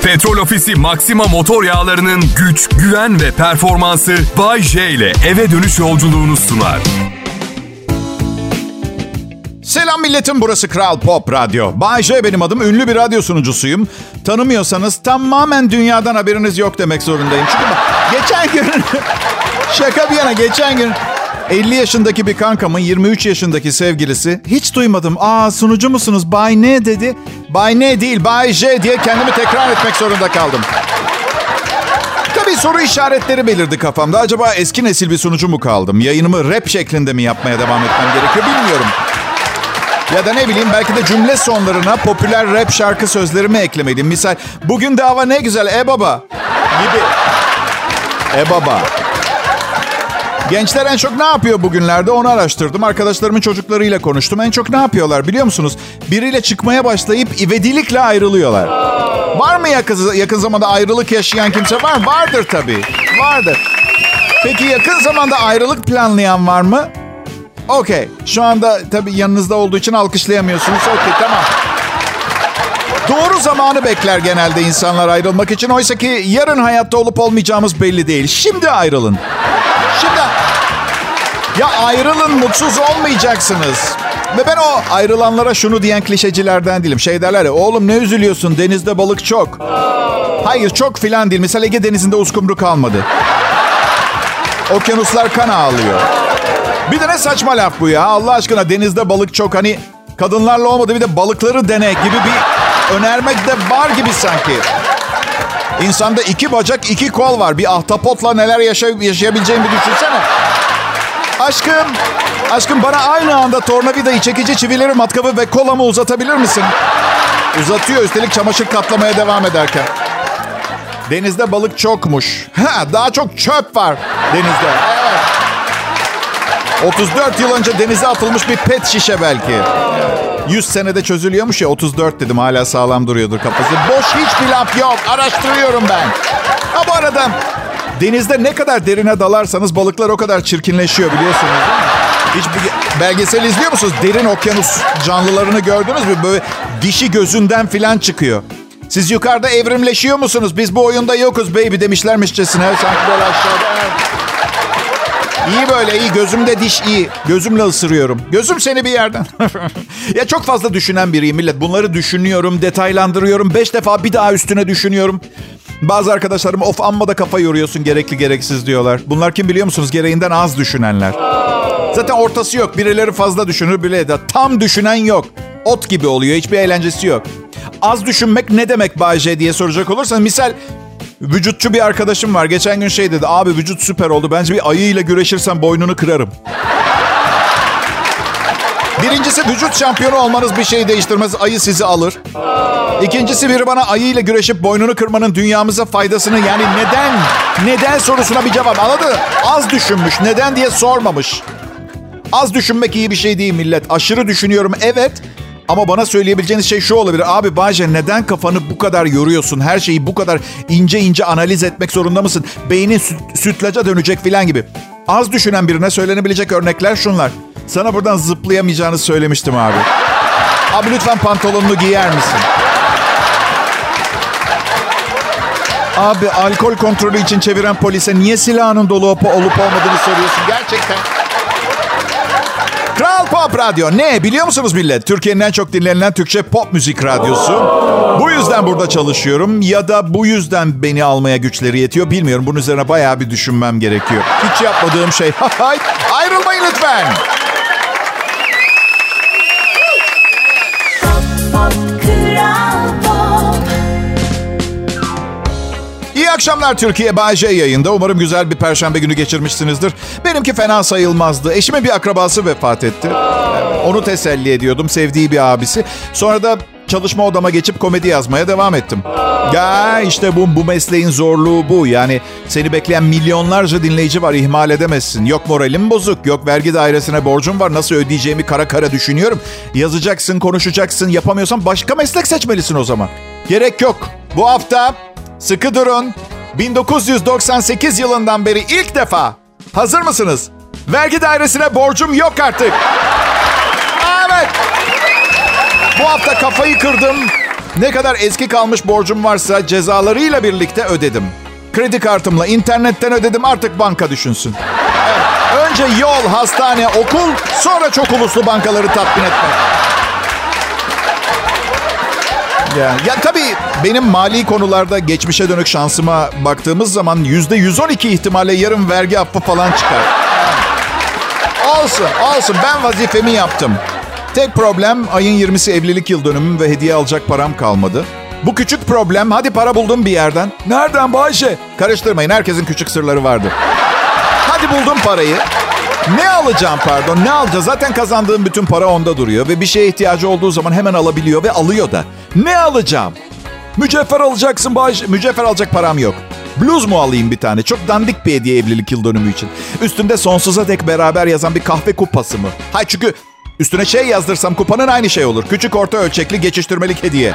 Petrol Ofisi Maxima motor yağlarının güç, güven ve performansı Bay J ile eve dönüş yolculuğunu sunar. Selam milletim, burası Kral Pop Radyo. Bay J benim adım, ünlü bir radyo sunucusuyum. Tanımıyorsanız tamamen dünyadan haberiniz yok demek zorundayım. Çünkü geçen gün, şaka bir yana geçen gün 50 yaşındaki bir kankamın 23 yaşındaki sevgilisi, hiç duymadım, sunucu musunuz Bay ne dedi. Bay ne değil, Bay J diye kendimi tekrar etmek zorunda kaldım. Tabii soru işaretleri belirdi kafamda. Acaba eski nesil bir sunucu mu kaldım? Yayınımı rap şeklinde mi yapmaya devam etmem gerekiyor bilmiyorum. Ya da ne bileyim, belki de cümle sonlarına popüler rap şarkı sözlerimi eklemeliyim. Misal, bugün de hava ne güzel baba gibi. Baba. Gençler en çok ne yapıyor bugünlerde, onu araştırdım. Arkadaşlarımın çocuklarıyla konuştum. En çok ne yapıyorlar biliyor musunuz? Biriyle çıkmaya başlayıp ivedilikle ayrılıyorlar. Var mı yakın zamanda ayrılık yaşayan kimse var? Vardır tabii. Vardır. Peki yakın zamanda ayrılık planlayan var mı? Okey. Şu anda tabii yanınızda olduğu için alkışlayamıyorsunuz. Okey, tamam. Doğru zamanı bekler genelde insanlar ayrılmak için. Oysa ki yarın hayatta olup olmayacağımız belli değil. Şimdi ayrılın. Şimdi ya ayrılın, mutsuz olmayacaksınız. Ve ben o ayrılanlara şunu diyen klişecilerden değilim. Şey derler ya, oğlum ne üzülüyorsun, denizde balık çok. Hayır, çok filan değil. Mesela Ege Denizi'nde uskumru kalmadı. Okyanuslar kan ağlıyor. Bir de ne saçma laf bu ya. Allah aşkına, denizde balık çok. Hani kadınlarla olmadı, bir de balıkları dene gibi bir önermek de var gibi sanki. İnsanda 2 bacak 2 kol var. Bir ahtapotla neler yaşayabileceğimi bir düşünsene. Aşkım bana aynı anda tornavidayı, çekici çivileri, matkabı ve kolamı uzatabilir misin? Uzatıyor, üstelik çamaşır katlamaya devam ederken. Denizde balık çokmuş. Daha çok çöp var denizde. Evet. 34 yıl önce denize atılmış bir pet şişe belki. 100 senede çözülüyormuş ya, 34 dedim, hala sağlam duruyordur kafası. Boş hiçbir laf yok, araştırıyorum ben. Bu arada denizde ne kadar derine dalarsanız balıklar o kadar çirkinleşiyor, biliyorsunuz değil mi? Hiç belgesel izliyor musunuz? Derin okyanus canlılarını gördünüz mü? Böyle dişi gözünden filan çıkıyor. Siz yukarıda evrimleşiyor musunuz? Biz bu oyunda yokuz baby demişlermişçesine. Sanki böyle aşağıda. İyi böyle, iyi. Gözümde diş iyi. Gözümle ısırıyorum. Gözüm seni bir yerden. Ya çok fazla düşünen biriyim millet. Bunları düşünüyorum, detaylandırıyorum. 5 defa bir daha üstüne düşünüyorum. Bazı arkadaşlarım of amma da kafa yoruyorsun, gerekli gereksiz diyorlar. Bunlar kim biliyor musunuz? Gereğinden az düşünenler. Zaten ortası yok. Birileri fazla düşünür, bile de tam düşünen yok. Ot gibi oluyor. Hiçbir eğlencesi yok. Az düşünmek ne demek Bay J diye soracak olursan, misal vücutçu bir arkadaşım var. Geçen gün şey dedi. Abi vücut süper oldu. Bence bir ayıyla güreşirsen boynunu kırarım. Birincisi, vücut şampiyonu olmanız bir şey değiştirmez. Ayı sizi alır. İkincisi, biri bana ayıyla güreşip boynunu kırmanın dünyamıza faydasını, yani neden sorusuna bir cevap. Anladın mı? Az düşünmüş. Neden diye sormamış. Az düşünmek iyi bir şey değil millet. Aşırı düşünüyorum, evet. Ama bana söyleyebileceğiniz şey şu olabilir. Abi Bayce, neden kafanı bu kadar yoruyorsun? Her şeyi bu kadar ince analiz etmek zorunda mısın? Beynin sütlaca dönecek filan gibi. Az düşünen birine söylenebilecek örnekler şunlar. Sana buradan zıplayamayacağını söylemiştim abi. Abi lütfen pantolonunu giyer misin? Abi alkol kontrolü için çeviren polise niye silahının dolu olup olmadığını soruyorsun gerçekten. Kral Pop Radyo. Ne biliyor musunuz millet? Türkiye'nin en çok dinlenilen Türkçe pop müzik radyosu. Bu yüzden burada çalışıyorum. Ya da bu yüzden beni almaya güçleri yetiyor. Bilmiyorum. Bunun üzerine bayağı bir düşünmem gerekiyor. Hiç yapmadığım şey. Ayrılmayın lütfen. İyi akşamlar Türkiye. Bay J yayında. Umarım güzel bir perşembe günü geçirmişsinizdir. Benimki fena sayılmazdı. Eşimin bir akrabası vefat etti. Onu teselli ediyordum. Sevdiği bir abisi. Sonra da çalışma odama geçip komedi yazmaya devam ettim. Ya işte bu mesleğin zorluğu bu. Yani seni bekleyen milyonlarca dinleyici var. İhmal edemezsin. Yok moralim bozuk. Yok vergi dairesine borcum var. Nasıl ödeyeceğimi kara düşünüyorum. Yazacaksın, konuşacaksın. Yapamıyorsan başka meslek seçmelisin o zaman. Gerek yok. Bu hafta sıkı durun. 1998 yılından beri ilk defa, hazır mısınız? Vergi dairesine borcum yok artık. Evet. Bu hafta kafayı kırdım. Ne kadar eski kalmış borcum varsa cezalarıyla birlikte ödedim. Kredi kartımla, internetten ödedim, artık banka düşünsün. Evet. Önce yol, hastane, okul, sonra çok uluslu bankaları tatmin etmek. Ya tabii benim mali konularda geçmişe dönük şansıma baktığımız zaman %112 ihtimalle yarın vergi affı falan çıkar. Olsun ben vazifemi yaptım. Tek problem ayın 20'si evlilik yıl dönümüm ve hediye alacak param kalmadı. Bu küçük problem, hadi para buldum bir yerden. Nereden Bayşe? Karıştırmayın, herkesin küçük sırları vardır. Hadi buldum parayı. Ne alacağım pardon, ne alacağız? Zaten kazandığım bütün para onda duruyor ve bir şeye ihtiyacı olduğu zaman hemen alabiliyor ve alıyor da. Ne alacağım? Mücevher alacaksın Bayşe. Mücevher alacak param yok. Bluz mu alayım bir tane? Çok dandik bir hediye evlilik yıl dönümü için. Üstünde sonsuza dek beraber yazan bir kahve kupası mı? Hayır, çünkü üstüne şey yazdırsam kupanın aynı şey olur. Küçük orta ölçekli geçiştirmelik hediye.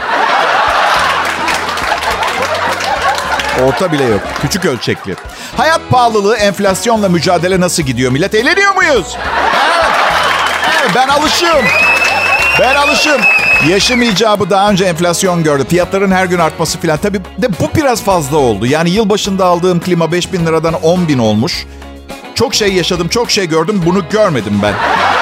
Orta bile yok. Küçük ölçekli. Hayat pahalılığı, enflasyonla mücadele nasıl gidiyor millet? Eğleniyor muyuz? Evet, ben alışım. Yaşım icabı daha önce enflasyon gördü. Fiyatların her gün artması filan. Tabii de bu biraz fazla oldu. Yani yılbaşında aldığım klima 5.000 liradan 10.000 olmuş. Çok şey yaşadım, çok şey gördüm. Bunu görmedim ben.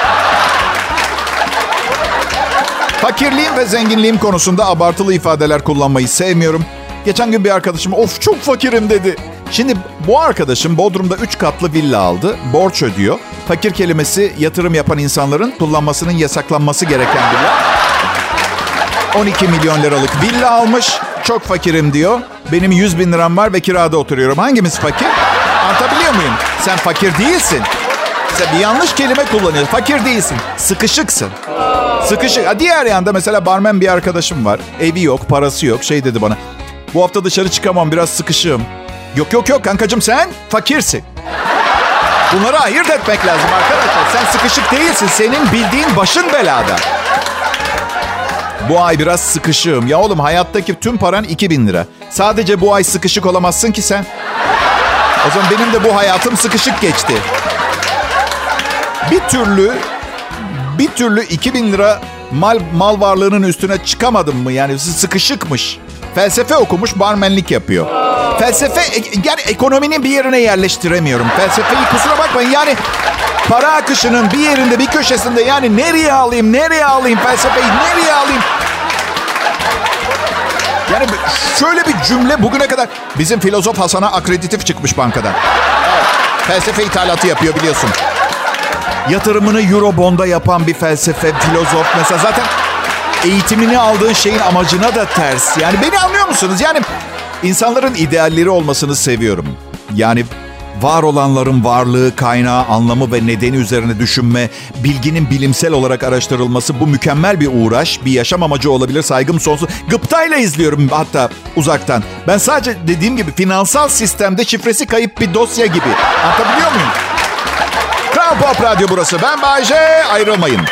Fakirliğim ve zenginliğim konusunda abartılı ifadeler kullanmayı sevmiyorum. Geçen gün bir arkadaşım of çok fakirim dedi. Şimdi bu arkadaşım Bodrum'da 3 katlı villa aldı. Borç ödüyor. Fakir kelimesi yatırım yapan insanların kullanmasının yasaklanması gereken villa. 12 milyon liralık villa almış. Çok fakirim diyor. Benim 100 bin liram var ve kirada oturuyorum. Hangimiz fakir? Anlatabiliyor muyum? Sen fakir değilsin. Sen bir yanlış kelime kullanıyorsun. Fakir değilsin. Sıkışıksın. Sıkışık. Diğer yanda mesela barmen bir arkadaşım var. Evi yok, parası yok. Şey dedi bana. Bu hafta dışarı çıkamam, biraz sıkışığım. Yok kankacığım, sen fakirsin. Bunları ayırt etmek lazım arkadaşlar. Sen sıkışık değilsin. Senin bildiğin başın belada. Bu ay biraz sıkışığım. Ya oğlum, hayattaki tüm paran 2.000 lira. Sadece bu ay sıkışık olamazsın ki sen. O zaman benim de bu hayatım sıkışık geçti. Bir türlü 2.000 lira mal varlığının üstüne çıkamadım mı? Yani sıkışıkmış. Felsefe okumuş, barmenlik yapıyor. Felsefe, yani ekonominin bir yerine yerleştiremiyorum. Felsefeyi kusura bakmayın, yani para akışının bir yerinde, bir köşesinde, yani nereye alayım felsefeyi, nereye alayım? Yani şöyle bir cümle bugüne kadar bizim filozof Hasan'a akreditif çıkmış bankadan. Evet, felsefe ithalatı yapıyor biliyorsun. Yatırımını Eurobond'a yapan bir felsefe, filozof mesela zaten eğitimini aldığın şeyin amacına da ters. Yani beni anlıyor musunuz? Yani insanların idealleri olmasını seviyorum. Yani var olanların varlığı, kaynağı, anlamı ve nedeni üzerine düşünme, bilginin bilimsel olarak araştırılması, bu mükemmel bir uğraş, bir yaşam amacı olabilir, saygım sonsuz. Gıptayla izliyorum hatta uzaktan. Ben sadece dediğim gibi finansal sistemde şifresi kayıp bir dosya gibi. Anlatabiliyor muyum? Kral Pop Radyo burası. Ben Bay J. Ayrılmayın.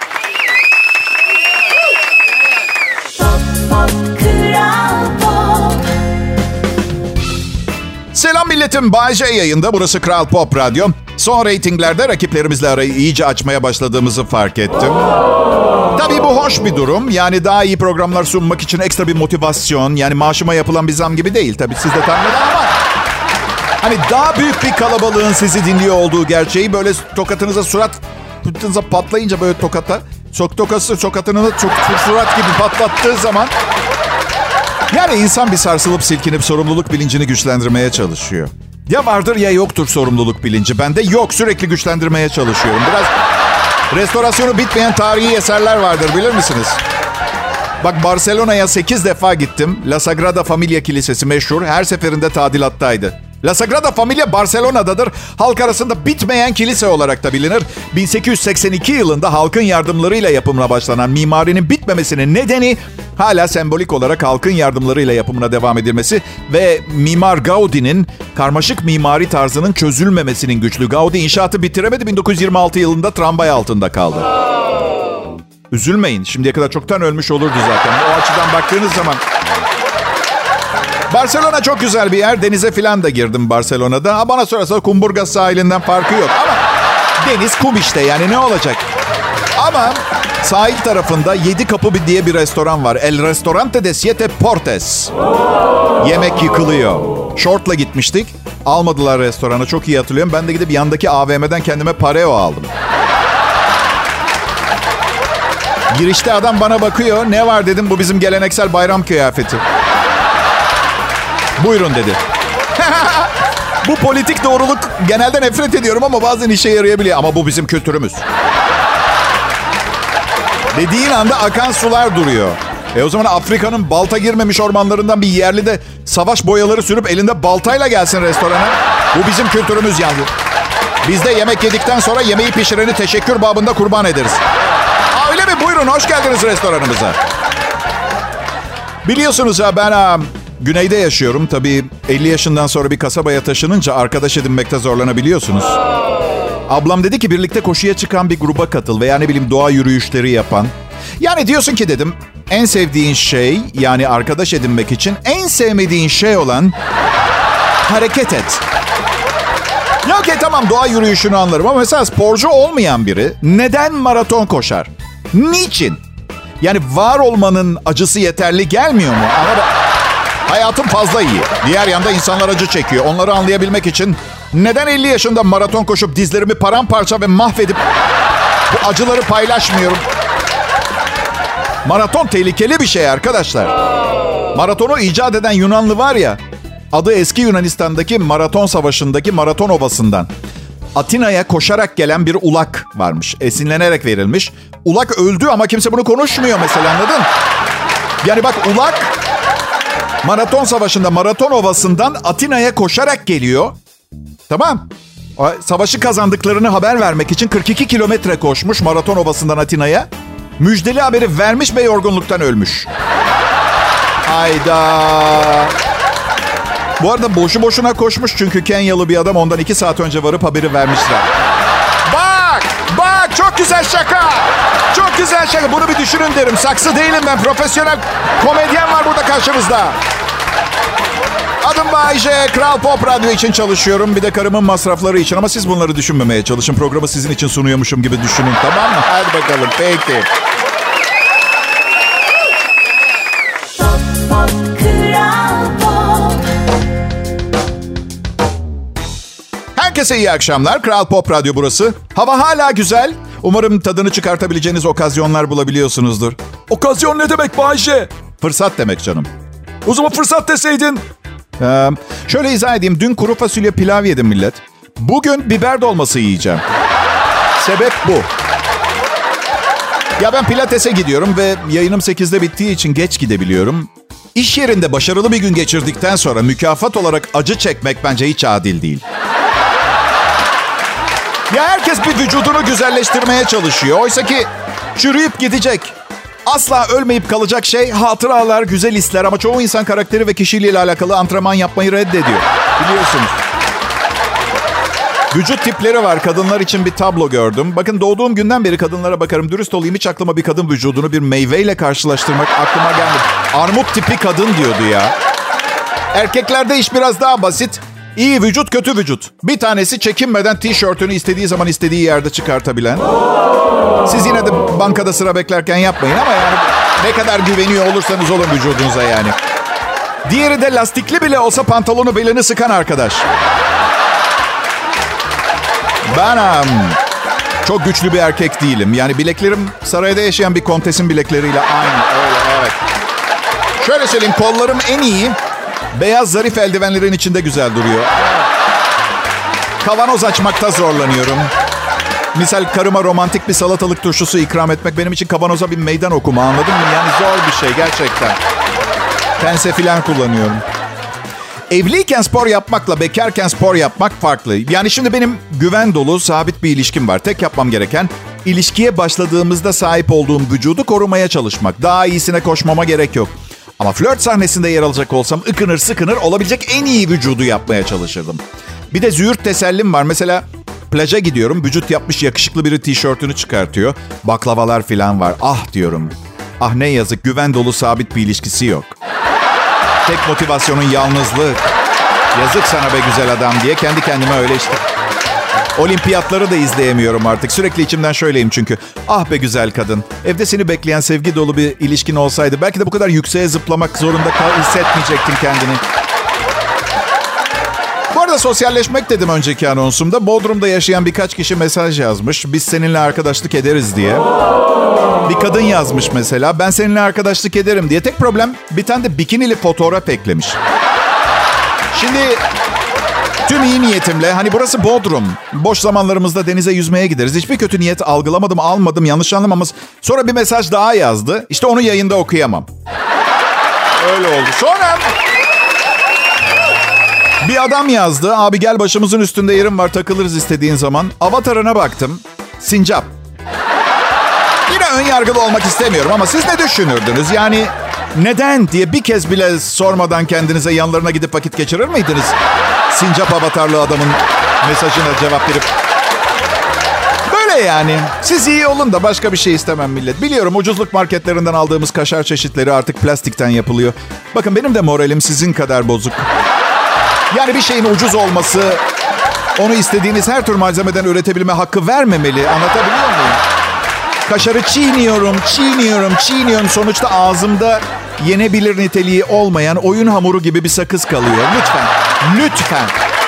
Selam milletim. Bay J yayında. Burası Kral Pop Radyo. Son reytinglerde rakiplerimizle arayı iyice açmaya başladığımızı fark ettim. Tabii bu hoş bir durum. Yani daha iyi programlar sunmak için ekstra bir motivasyon. Yani maaşıma yapılan bir zam gibi değil. Tabii siz de tahmin edin ama... Hani daha büyük bir kalabalığın sizi dinliyor olduğu gerçeği, böyle suratınıza patlayınca böyle tokatını surat gibi patlattığı zaman... Yani insan bir sarsılıp silkinip sorumluluk bilincini güçlendirmeye çalışıyor. Ya vardır ya yoktur sorumluluk bilinci. Bende yok, sürekli güçlendirmeye çalışıyorum. Biraz restorasyonu bitmeyen tarihi eserler vardır, bilir misiniz? Bak, Barcelona'ya 8 defa gittim. La Sagrada Familia Kilisesi meşhur. Her seferinde tadilattaydı. La Sagrada Familia Barcelona'dadır. Halk arasında bitmeyen kilise olarak da bilinir. 1882 yılında halkın yardımlarıyla yapımına başlanan mimarinin bitmemesinin nedeni hala sembolik olarak halkın yardımlarıyla yapımına devam edilmesi ve Mimar Gaudi'nin karmaşık mimari tarzının çözülmemesinin güçlü. Gaudi inşaatı bitiremedi. 1926 yılında tramvay altında kaldı. Üzülmeyin. Şimdiye kadar çoktan ölmüş olurdu zaten. O açıdan baktığınız zaman... Barcelona çok güzel bir yer. Denize falan da girdim Barcelona'da. Bana sorarsa Kumburgaz sahilinden farkı yok. Ama deniz kum işte, yani ne olacak? Ama Sahil tarafında 7 Kapı diye bir restoran var. El Restaurante de Siete Portes. Yemek yıkılıyor. Şortla gitmiştik. Almadılar restorana, çok iyi hatırlıyorum. Ben de gidip yandaki AVM'den kendime pareo aldım. Girişte adam bana bakıyor. Ne var dedim, bu bizim geleneksel bayram kıyafeti. Buyurun dedi. Bu politik doğruluk, genelde nefret ediyorum ama bazen işe yarayabiliyor. Ama bu bizim kültürümüz. Dediğin anda akan sular duruyor. O zaman Afrika'nın balta girmemiş ormanlarından bir yerli de savaş boyaları sürüp elinde baltayla gelsin restorana. Bu bizim kültürümüz yalnız. Biz de yemek yedikten sonra yemeği pişireni teşekkür babında kurban ederiz. Öyle mi? Buyurun, hoş geldiniz restoranımıza. Biliyorsunuz ya, ben güneyde yaşıyorum. Tabii 50 yaşından sonra bir kasabaya taşınınca arkadaş edinmekte zorlanabiliyorsunuz. Ablam dedi ki birlikte koşuya çıkan bir gruba katıl veya ne bileyim doğa yürüyüşleri yapan. Yani diyorsun ki dedim, en sevdiğin şey, yani arkadaş edinmek için en sevmediğin şey olan hareket et. Ya okey, tamam, doğa yürüyüşünü anlarım ama mesela sporcu olmayan biri neden maraton koşar? Niçin? Yani var olmanın acısı yeterli gelmiyor mu? Ama hayatım fazla iyi. Diğer yanda insanlar acı çekiyor. Onları anlayabilmek için neden 50 yaşında maraton koşup dizlerimi paramparça ve mahvedip bu acıları paylaşmıyorum? Maraton tehlikeli bir şey arkadaşlar. Maratonu icat eden Yunanlı var ya, adı eski Yunanistan'daki Maraton Savaşı'ndaki Maraton Ovası'ndan. Atina'ya koşarak gelen bir ulak varmış. Esinlenerek verilmiş. Ulak öldü ama kimse bunu konuşmuyor mesela, anladın? Yani bak, ulak Maraton Savaşı'nda Maraton Ovası'ndan Atina'ya koşarak geliyor. Tamam. Savaşı kazandıklarını haber vermek için 42 kilometre koşmuş Maraton Ovası'ndan Atina'ya. Müjdeli haberi vermiş ve yorgunluktan ölmüş. Hayda. Bu arada boşu boşuna koşmuş çünkü Kenyalı bir adam ondan 2 saat önce varıp haberi vermişler. Bak çok güzel şaka. Çok güzel şaka. Bunu bir düşünün derim. Saksı değilim ben. Profesyonel komedyen var burada karşınızda. Adım Bay J. Kral Pop Radyo için çalışıyorum. Bir de karımın masrafları için. Ama siz bunları düşünmemeye çalışın. Programı sizin için sunuyormuşum gibi düşünün. Tamam mı? Hadi bakalım. Peki. Herkese iyi akşamlar. Kral Pop Radyo burası. Hava hala güzel. Umarım tadını çıkartabileceğiniz okazyonlar bulabiliyorsunuzdur. Okazyon ne demek Bay J? Fırsat demek canım. O zaman fırsat deseydin. Şöyle izah edeyim. Dün kuru fasulye pilav yedim millet. Bugün biber dolması yiyeceğim. Sebep bu. Ya ben pilatese gidiyorum ve yayınım 8'de bittiği için geç gidebiliyorum. İş yerinde başarılı bir gün geçirdikten sonra mükafat olarak acı çekmek bence hiç adil değil. Ya herkes bir vücudunu güzelleştirmeye çalışıyor. Oysa ki çürüyüp gidecek, asla ölmeyip kalacak şey hatıralar, güzel hisler. Ama çoğu insan karakteri ve kişiliğiyle alakalı antrenman yapmayı reddediyor. Biliyorsunuz. Vücut tipleri var. Kadınlar için bir tablo gördüm. Bakın, doğduğum günden beri kadınlara bakarım. Dürüst olayım, hiç aklıma bir kadın vücudunu bir meyveyle karşılaştırmak aklıma gelmedi. Armut tipi kadın diyordu ya. Erkeklerde iş biraz daha basit. İyi vücut, kötü vücut. Bir tanesi çekinmeden tişörtünü istediği zaman istediği yerde çıkartabilen. Siz yine de bankada sıra beklerken yapmayın ama yani ne kadar güveniyor olursanız olun vücudunuza yani. Diğeri de lastikli bile olsa pantolonu belini sıkan arkadaş. Ben çok güçlü bir erkek değilim. Yani bileklerim sarayda yaşayan bir kontesin bilekleriyle aynı. Öyle, evet. Şöyle söyleyeyim, kollarım en iyi. Beyaz zarif eldivenlerin içinde güzel duruyor. Kavanoz açmakta zorlanıyorum. Misal karıma romantik bir salatalık turşusu ikram etmek benim için kavanoza bir meydan okuma, anladın mı? Yani zor bir şey gerçekten. Pense filan kullanıyorum. Evliyken spor yapmakla bekarken spor yapmak farklı. Yani şimdi benim güven dolu, sabit bir ilişkim var. Tek yapmam gereken ilişkiye başladığımızda sahip olduğum vücudu korumaya çalışmak. Daha iyisine koşmama gerek yok. Ama flört sahnesinde yer alacak olsam ıkınır sıkınır olabilecek en iyi vücudu yapmaya çalışırdım. Bir de züğürt tesellim var. Mesela plaja gidiyorum. Vücut yapmış yakışıklı biri tişörtünü çıkartıyor. Baklavalar falan var. Ah diyorum. Ah ne yazık, güven dolu sabit bir ilişkisi yok. Tek motivasyonun yalnızlık. Yazık sana be güzel adam diye kendi kendime öyle işte. Olimpiyatları da izleyemiyorum artık. Sürekli içimden şöyleyim çünkü. Ah be güzel kadın. Evde seni bekleyen sevgi dolu bir ilişkin olsaydı belki de bu kadar yükseğe zıplamak zorunda hissetmeyecektin kendini. Bu arada sosyalleşmek dedim önceki anonsumda. Bodrum'da yaşayan birkaç kişi mesaj yazmış. Biz seninle arkadaşlık ederiz diye. Bir kadın yazmış mesela. Ben seninle arkadaşlık ederim diye. Tek problem bir tane de bikinili fotoğraf eklemiş. Şimdi tüm iyi niyetimle hani burası Bodrum. Boş zamanlarımızda denize yüzmeye gideriz. Hiçbir kötü niyet algılamadım, almadım, yanlış anlamamız. Sonra bir mesaj daha yazdı. İşte onu yayında okuyamam. Öyle oldu. Sonra bir adam yazdı. Abi gel başımızın üstünde yerim var takılırız istediğin zaman. Avatarına baktım. Sincap. Yine ön yargılı olmak istemiyorum ama siz ne düşünürdünüz? Yani neden diye bir kez bile sormadan kendinize yanlarına gidip vakit geçirir miydiniz? Sincap avatarlı adamın mesajına cevap verip. Böyle yani. Siz iyi olun da başka bir şey istemem millet. Biliyorum ucuzluk marketlerinden aldığımız kaşar çeşitleri artık plastikten yapılıyor. Bakın benim de moralim sizin kadar bozuk. Yani bir şeyin ucuz olması, onu istediğiniz her tür malzemeden üretebilme hakkı vermemeli. Anlatabiliyor muyum? Kaşarı çiğniyorum. Sonuçta ağzımda yenebilir niteliği olmayan oyun hamuru gibi bir sakız kalıyor. Lütfen.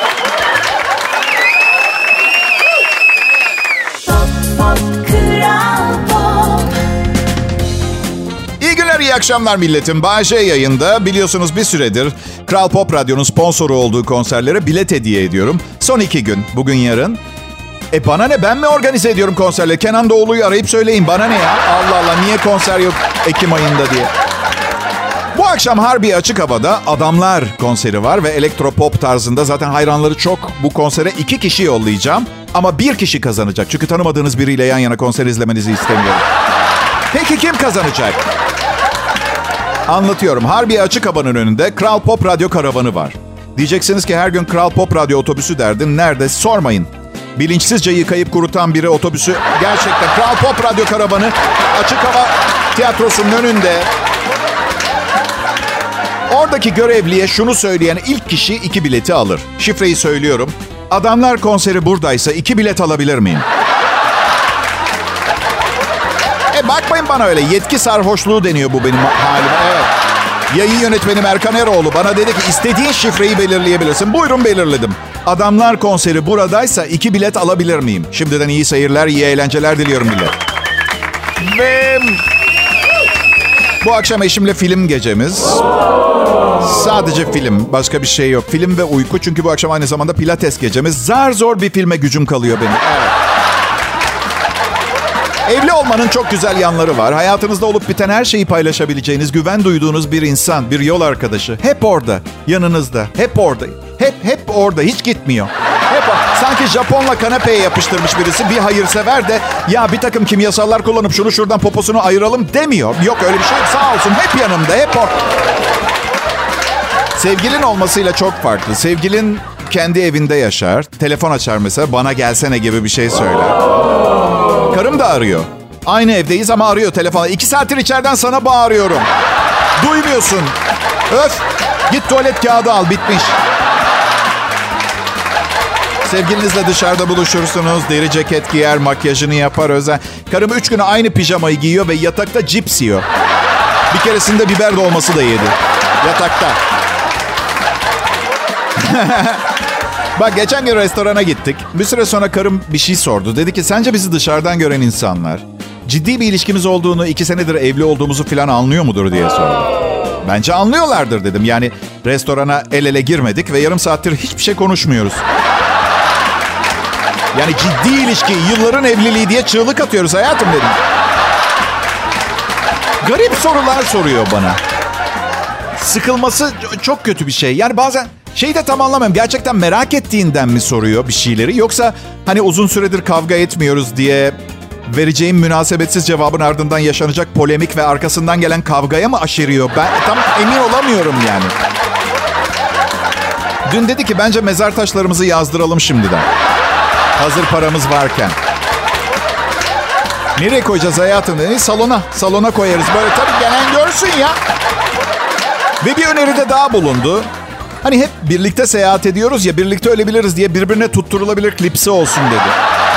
İyi akşamlar milletim. Bay J yayında. Biliyorsunuz bir süredir Kral Pop Radyo'nun sponsoru olduğu konserlere bilet hediye ediyorum. Son 2 gün. Bugün yarın. Bana ne? Ben mi organize ediyorum konserleri? Kenan Doğulu'yu arayıp söyleyin. Bana ne ya? Allah Allah niye konser yok Ekim ayında diye. Bu akşam Harbiye Açık Hava'da Adamlar konseri var ve elektropop tarzında zaten hayranları çok. Bu konsere 2 kişi yollayacağım ama 1 kişi kazanacak. Çünkü tanımadığınız biriyle yan yana konser izlemenizi istemiyorum. Peki kim kazanacak? Anlatıyorum. Harbiye Açık Hava'nın önünde Kral Pop Radyo karavanı var. Diyeceksiniz ki her gün Kral Pop Radyo otobüsü derdin. Nerede? Sormayın. Bilinçsizce yıkayıp kurutan biri otobüsü gerçekten Kral Pop Radyo karavanı Açık Hava Tiyatrosu'nun önünde. Oradaki görevliye şunu söyleyen ilk kişi 2 bileti alır. Şifreyi söylüyorum. Adamlar konseri buradaysa 2 bilet alabilir miyim? Bakmayın bana öyle. Yetki sarhoşluğu deniyor bu benim halime. Evet. Yayın yönetmenim Erkan Eroğlu bana dedi ki istediğin şifreyi belirleyebilirsin. Buyurun belirledim. Adamlar konseri buradaysa 2 bilet alabilir miyim? Şimdiden iyi seyirler, iyi eğlenceler diliyorum millet. Ve bu akşam eşimle film gecemiz. Sadece film, başka bir şey yok. Film ve uyku çünkü bu akşam aynı zamanda pilates gecemiz. Zar zor bir filme gücüm kalıyor benim. Evet. Evli olmanın çok güzel yanları var. Hayatınızda olup biten her şeyi paylaşabileceğiniz, güven duyduğunuz bir insan, bir yol arkadaşı. Hep orada, yanınızda. Hep orada. Hep orada, hiç gitmiyor. Sanki Japonla kanepeye yapıştırmış birisi bir hayırsever de ya bir takım kimyasallar kullanıp şunu şuradan poposunu ayıralım demiyor. Yok öyle bir şey. Sağ olsun hep yanımda, hep o. Sevgilin olmasıyla çok farklı. Sevgilin kendi evinde yaşar. Telefon açar mesela bana gelsene gibi bir şey söyler. Karım da arıyor. Aynı evdeyiz ama arıyor telefona. 2 saattir içeriden sana bağırıyorum. Duymuyorsun. Öf. Git tuvalet kağıdı al. Bitmiş. Sevgilinizle dışarıda buluşursunuz. Deri ceket giyer, makyajını yapar özel. Karım 3 güne aynı pijamayı giyiyor ve yatakta cips yiyor. Bir keresinde biber dolması da yedi. Yatakta. Bak geçen gün restorana gittik. Bir süre sonra karım bir şey sordu. Dedi ki sence bizi dışarıdan gören insanlar ciddi bir ilişkimiz olduğunu, 2 senedir evli olduğumuzu falan anlıyor mudur diye sordu. Bence anlıyorlardır dedim. Yani restorana el ele girmedik ve yarım saattir hiçbir şey konuşmuyoruz. Yani ciddi ilişki, yılların evliliği diye çığlık atıyoruz hayatım dedim. Garip sorular soruyor bana. Sıkılması çok kötü bir şey. Yani bazen şeyi de tam anlamıyorum. Gerçekten merak ettiğinden mi soruyor bir şeyleri? Yoksa hani uzun süredir kavga etmiyoruz diye vereceğim münasebetsiz cevabın ardından yaşanacak polemik ve arkasından gelen kavgaya mı aşeriyor? Ben tam emin olamıyorum yani. Dün dedi ki bence mezar taşlarımızı yazdıralım şimdiden. Hazır paramız varken. Nereye koyacağız hayatım dedi. Salona koyarız. Böyle tabii gelen görsün ya. Ve bir öneride daha bulundu. Hani hep birlikte seyahat ediyoruz ya, birlikte ölebiliriz diye birbirine tutturulabilir klipsi olsun dedi.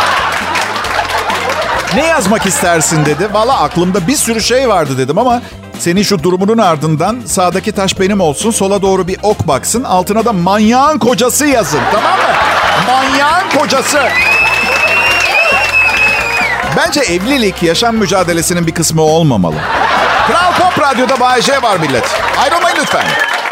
Ne yazmak istersin dedi. Valla aklımda bir sürü şey vardı dedim ama senin şu durumunun ardından sağdaki taş benim olsun, sola doğru bir ok baksın, altına da manyağın kocası yazın, tamam mı? Manyağın kocası. Bence evlilik yaşam mücadelesinin bir kısmı olmamalı. Kral Pop Radyo'da Bay J var millet. Ayrılmayın lütfen.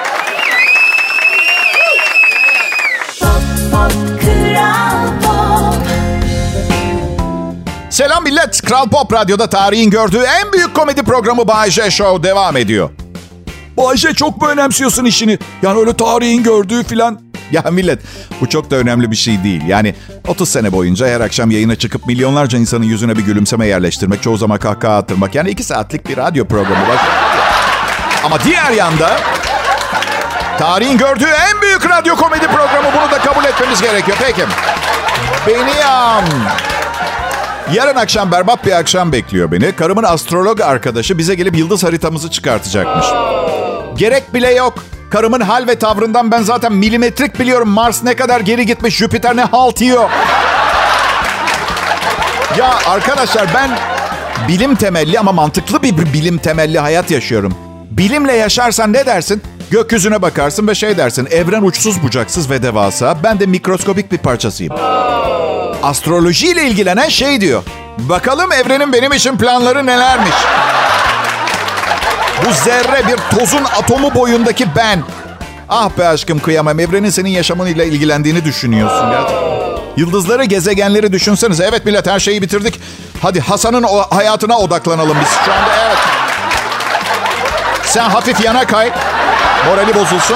Selam millet. Kral Pop Radyo'da tarihin gördüğü en büyük komedi programı Bay J Show devam ediyor. Bay J, çok mu önemsiyorsun işini? Yani öyle tarihin gördüğü filan. Ya millet, bu çok da önemli bir şey değil. Yani 30 sene boyunca her akşam yayına çıkıp milyonlarca insanın yüzüne bir gülümseme yerleştirmek, çoğu zaman kahkaha attırmak. Yani 2 saatlik bir radyo programı var. Ama diğer yanda tarihin gördüğü en büyük radyo komedi programı, bunu da kabul etmemiz gerekiyor. Peki. Yarın akşam berbat bir akşam bekliyor beni. Karımın astrolog arkadaşı bize gelip yıldız haritamızı çıkartacakmış. Gerek bile yok. Karımın hal ve tavrından ben zaten milimetrik biliyorum. Mars ne kadar geri gitmiş, Jüpiter ne halt yiyor. Ya arkadaşlar, ben bilim temelli ama mantıklı bir bilim temelli hayat yaşıyorum. Bilimle yaşarsan ne dersin? Gökyüzüne bakarsın ve şey dersin: evren uçsuz bucaksız ve devasa. Ben de mikroskobik bir parçasıyım. Astrolojiyle ilgilenen şey diyor: bakalım evrenin benim için planları nelermiş? Bu zerre bir tozun atomu boyundaki ben. Ah be aşkım, kıyamam. Evrenin senin yaşamınla ilgilendiğini düşünüyorsun ya. Yıldızları, gezegenleri düşünsenize. Evet millet, her şeyi bitirdik. Hadi Hasan'ın hayatına odaklanalım biz şu anda. Evet. Sen hafif yana kay. Morali bozulsun.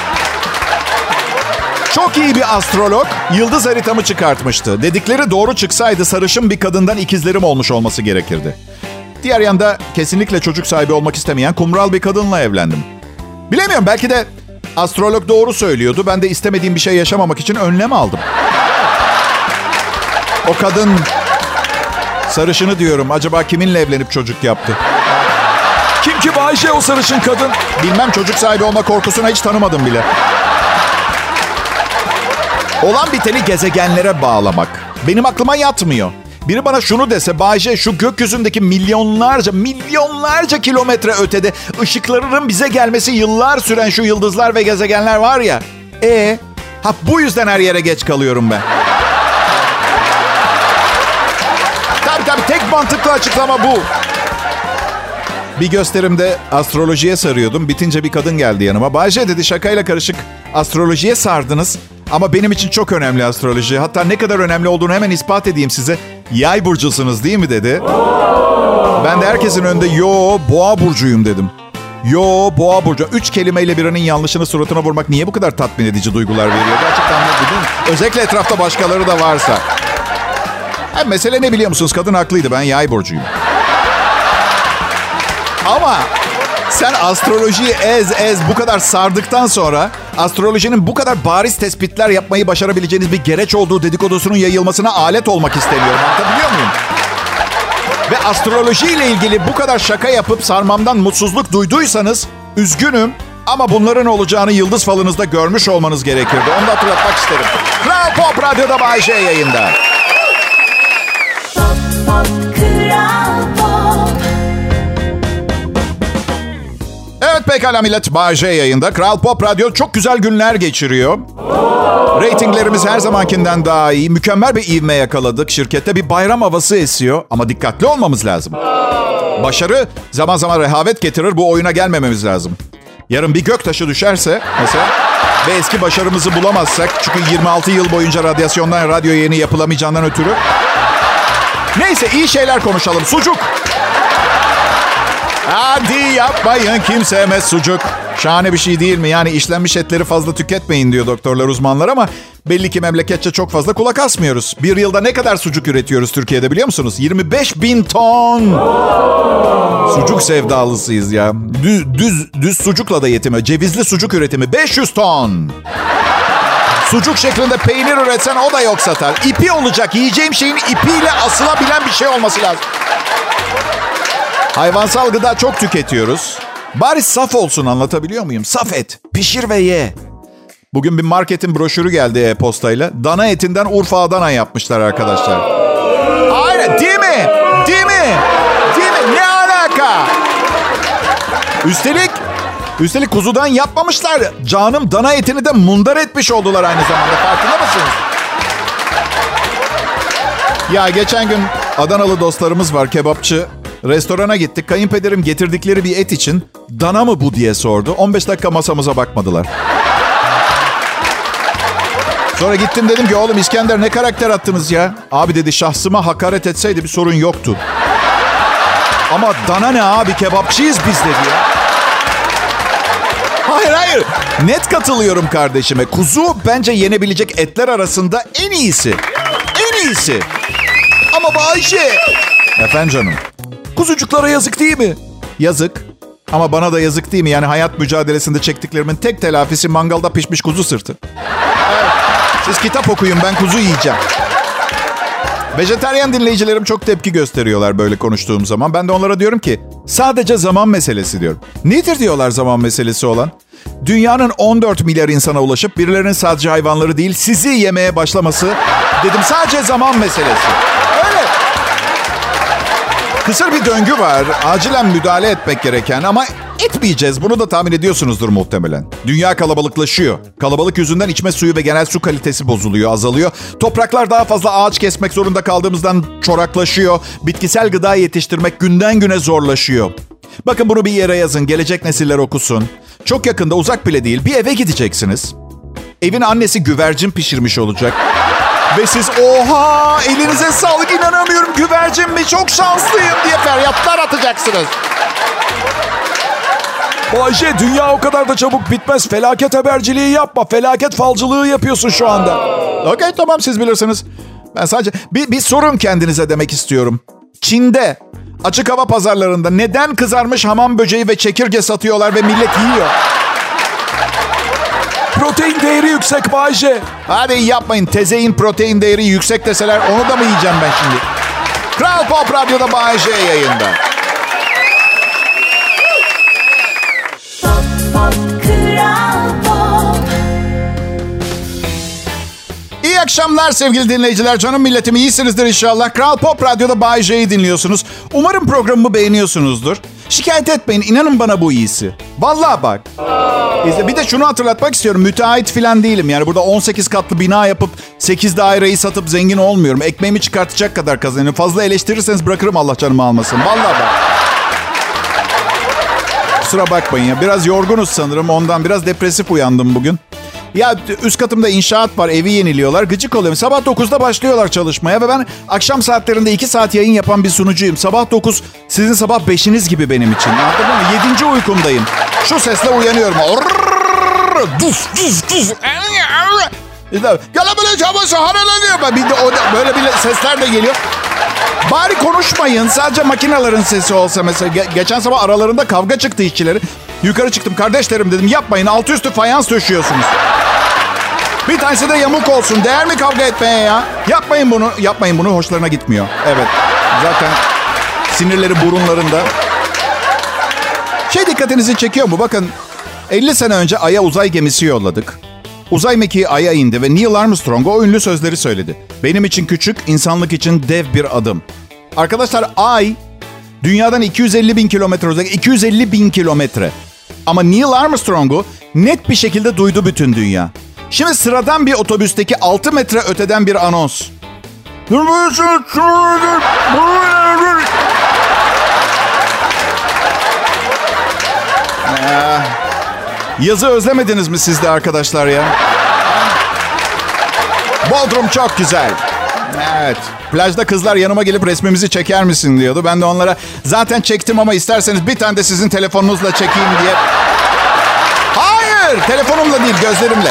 Çok iyi bir astrolog yıldız haritamı çıkartmıştı. Dedikleri doğru çıksaydı sarışın bir kadından ikizlerim olmuş olması gerekirdi. Diğer yanda kesinlikle çocuk sahibi olmak istemeyen kumral bir kadınla evlendim. Bilemiyorum, belki de astrolog doğru söylüyordu. Ben de istemediğim bir şey yaşamamak için önlem aldım. O kadın, sarışını diyorum, acaba kiminle evlenip çocuk yaptı? Kim ki Bay J o sarışın kadın? Bilmem, çocuk sahibi olma korkusuna hiç tanımadım bile. Olan biteni gezegenlere bağlamak benim aklıma yatmıyor. Biri bana şunu dese: Bay J, şu gökyüzündeki milyonlarca kilometre ötede ışıklarının bize gelmesi yıllar süren şu yıldızlar ve gezegenler var ya. Bu yüzden her yere geç kalıyorum ben. Tabii tek mantıklı açıklama bu. Bir gösterimde astrolojiye sarıyordum. Bitince bir kadın geldi yanıma. Bay J dedi, şakayla karışık astrolojiye sardınız. Ama benim için çok önemli astroloji. Hatta ne kadar önemli olduğunu hemen ispat edeyim size. Yay burcusunuz değil mi dedi. Ben de herkesin önünde boğa burcuyum dedim. Boğa burcu. 3 kelimeyle birinin yanlışını suratına vurmak niye bu kadar tatmin edici duygular veriyor? Gerçekten ne değil mi? Özellikle etrafta başkaları da varsa. Mesele ne biliyor musunuz? Kadın haklıydı, ben yay burcuyum. Ama sen astrolojiyi ez bu kadar sardıktan sonra astrolojinin bu kadar bariz tespitler yapmayı başarabileceğiniz bir gereç olduğu dedikodusunun yayılmasına alet olmak istemiyorum. Anlatabiliyor muyum? Ve astrolojiyle ilgili bu kadar şaka yapıp sarmamdan mutsuzluk duyduysanız üzgünüm. Ama bunların olacağını yıldız falınızda görmüş olmanız gerekirdi. Onu da hatırlatmak isterim. Kral Pop Radyo'da Bay J yayında. Evet pekala millet, Bay J yayında. Kral Pop Radyo çok güzel günler geçiriyor. Ratinglerimiz her zamankinden daha iyi. Mükemmel bir ivme yakaladık. Şirkette bir bayram havası esiyor. Ama dikkatli olmamız lazım. Başarı zaman zaman rehavet getirir. Bu oyuna gelmememiz lazım. Yarın bir göktaşı düşerse mesela ve eski başarımızı bulamazsak, çünkü 26 yıl boyunca radyasyondan radyo yayını yapılamayacağından ötürü. Neyse, iyi şeyler konuşalım. Sucuk. Hadi yapmayın, kim sevmez sucuk. Şahane bir şey değil mi? Yani işlenmiş etleri fazla tüketmeyin diyor doktorlar, uzmanlar, ama belli ki memleketçe çok fazla kulak asmıyoruz. Bir yılda ne kadar sucuk üretiyoruz Türkiye'de biliyor musunuz? 25.000 ton. Sucuk sevdalısıyız ya. Düz sucukla da yetmiyor. Cevizli sucuk üretimi 500 ton. Sucuk şeklinde peynir üretsen o da yok satar. İpi olacak. Yiyeceğim şeyin ipiyle asılabilen bir şey olması lazım. Hayvansal gıda çok tüketiyoruz. Bari saf olsun, anlatabiliyor muyum? Saf et. Pişir ve ye. Bugün bir marketin broşürü geldi e-postayla. Dana etinden Urfa Adana yapmışlar arkadaşlar. Aynen, değil mi? Değil mi? Değil mi? Ne alaka? Üstelik kuzudan yapmamışlar. Canım, dana etini de mundar etmiş oldular aynı zamanda. Farkında mısınız? Ya geçen gün Adanalı dostlarımız var, kebapçı. Restorana gittik. Kayınpederim getirdikleri bir et için dana mı bu diye sordu. 15 dakika masamıza bakmadılar. Sonra gittim, dedim ki oğlum İskender ne karakter attınız ya? Abi dedi, şahsıma hakaret etseydi bir sorun yoktu. Ama dana ne abi, kebapçıyız biz dedi ya. Hayır. Net katılıyorum kardeşime. Kuzu bence yenebilecek etler arasında en iyisi. En iyisi. Ama Bayşe. Efendim canım. Kuzucuklara yazık değil mi? Yazık. Ama bana da yazık değil mi? Yani hayat mücadelesinde çektiklerimin tek telafisi mangalda pişmiş kuzu sırtı. Evet. Siz kitap okuyun, ben kuzu yiyeceğim. Vejetaryen dinleyicilerim çok tepki gösteriyorlar böyle konuştuğum zaman. Ben de onlara diyorum ki sadece zaman meselesi diyorum. Nedir diyorlar zaman meselesi olan? Dünyanın 14 milyar insana ulaşıp birilerinin sadece hayvanları değil sizi yemeye başlaması. Dedim sadece zaman meselesi. Öyle. Kısır bir döngü var. Acilen müdahale etmek gereken ama etmeyeceğiz. Bunu da tahmin ediyorsunuzdur muhtemelen. Dünya kalabalıklaşıyor. Kalabalık yüzünden içme suyu ve genel su kalitesi bozuluyor, azalıyor. Topraklar daha fazla ağaç kesmek zorunda kaldığımızdan çoraklaşıyor. Bitkisel gıda yetiştirmek günden güne zorlaşıyor. Bakın bunu bir yere yazın. Gelecek nesiller okusun. Çok yakında, uzak bile değil, bir eve gideceksiniz. Evin annesi güvercin pişirmiş olacak. Ve siz oha elinize sağlık, inanamıyorum, güvercin mi, çok şanslıyım diye feryatlar atacaksınız. Bayşe, dünya o kadar da çabuk bitmez. Felaket haberciliği yapma. Felaket falcılığı yapıyorsun şu anda. Okey, tamam, siz bilirsiniz. Ben sadece bir sorun kendinize demek istiyorum. Çin'de açık hava pazarlarında neden kızarmış hamam böceği ve çekirge satıyorlar ve millet yiyor? Protein değeri yüksek Bayşe. Hadi yapmayın. Tezein protein değeri yüksek deseler onu da mı yiyeceğim ben şimdi? Kral Pop Radyo'da Bayşe yayında. İyi akşamlar sevgili dinleyiciler. Canım milletim, iyisinizdir inşallah. Kral Pop Radyo'da Bay J'yi dinliyorsunuz. Umarım programımı beğeniyorsunuzdur. Şikayet etmeyin, inanın bana bu iyisi. Vallahi bak. Bir de şunu hatırlatmak istiyorum. Müteahhit falan değilim. Yani burada 18 katlı bina yapıp 8 daireyi satıp zengin olmuyorum. Ekmeğimi çıkartacak kadar kazanıyorum. Fazla eleştirirseniz bırakırım, Allah canımı almasın. Vallahi bak. Kusura bakmayın ya. Biraz yorgunuz sanırım. Ondan biraz depresif uyandım bugün. Ya üst katımda inşaat var, evi yeniliyorlar. Gıcık oluyorum. Sabah 9'da başlıyorlar çalışmaya ve ben akşam saatlerinde 2 saat yayın yapan bir sunucuyum. Sabah 9 sizin sabah 5'iniz gibi benim için. Anladın mı? 7. uykumdayım. Şu sesle uyanıyorum. Gel böyle çabası hareleniyor. Bir de böyle bir sesler de geliyor. Bari konuşmayın. Sadece makinelerin sesi olsa mesela. Geçen sabah aralarında kavga çıktı işçileri. Yukarı çıktım. Kardeşlerim dedim, yapmayın. Altı üstü fayans döşüyorsunuz. Bir tanesi de yamuk olsun. Değer mi kavga etmeye ya? Yapmayın bunu. Yapmayın bunu. Hoşlarına gitmiyor. Evet. Zaten sinirleri burunlarında. Dikkatinizi çekiyor mu? Bakın 50 sene önce Ay'a uzay gemisi yolladık. Uzay mekiği Ay'a indi ve Neil Armstrong o ünlü sözleri söyledi. Benim için küçük, insanlık için dev bir adım. Arkadaşlar Ay dünyadan 250 bin kilometre uzak. 250 bin kilometre. Ama Neil Armstrong'u net bir şekilde duydu bütün dünya. Şimdi sıradan bir otobüsteki 6 metre öteden bir anons. Yazı özlemediniz mi siz de arkadaşlar ya? Bodrum çok güzel. Evet. Plajda kızlar yanıma gelip resmimizi çeker misin diyordu. Ben de onlara zaten çektim ama isterseniz bir tane de sizin telefonunuzla çekeyim diye. Hayır, telefonumla değil, gözlerimle.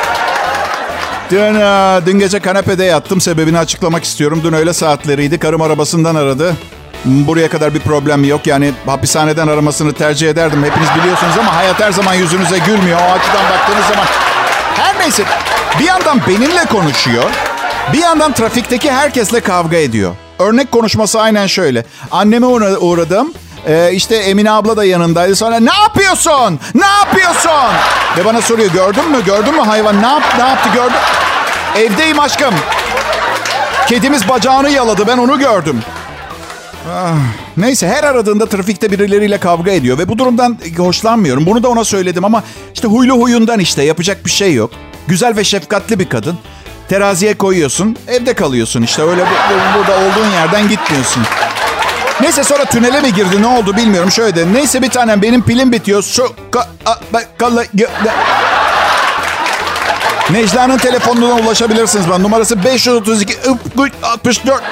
Dün gece kanepede yattım. Sebebini açıklamak istiyorum. Dün öğle saatleriydi. Karım arabasından aradı. Buraya kadar bir problem yok. Yani hapishaneden aramasını tercih ederdim. Hepiniz biliyorsunuz ama hayat her zaman yüzünüze gülmüyor. O açıdan baktığınız zaman. Her neyse. Bir yandan benimle konuşuyor. Bir yandan trafikteki herkesle kavga ediyor. Örnek konuşması aynen şöyle. Anneme uğradım. İşte Emine abla da yanındaydı. Sonra ne yapıyorsun? Ne yapıyorsun? Ve bana soruyor, gördün mü? Gördün mü hayvan? Ne yaptı gördün? Evdeyim aşkım. Kedimiz bacağını yaladı. Ben onu gördüm. Neyse, her aradığında trafikte birileriyle kavga ediyor ve bu durumdan hoşlanmıyorum. Bunu da ona söyledim ama işte huylu huyundan, işte yapacak bir şey yok. Güzel ve şefkatli bir kadın. Teraziye koyuyorsun, evde kalıyorsun işte. Öyle burada olduğun yerden gitmiyorsun. Neyse, sonra tünele mi girdi, ne oldu bilmiyorum. Şöyle de, neyse bir tanem, benim pilim bitiyor. Necla'nın telefonuna ulaşabilirsiniz. Ben numarası 532 64.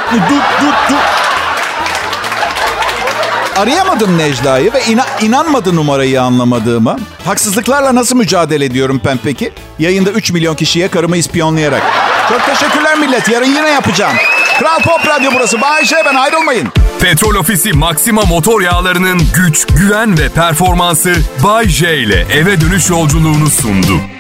Arayamadım Necla'yı ve inanmadı numarayı anlamadığıma. Haksızlıklarla nasıl mücadele ediyorum ben peki? Yayında 3 milyon kişiye karımı ispiyonlayarak. Çok teşekkürler millet. Yarın yine yapacağım. Kral Pop Radyo burası. Bay J, ben, ayrılmayın. Petrol Ofisi Maxima motor yağlarının güç, güven ve performansı Bay J ile eve dönüş yolculuğunu sundu.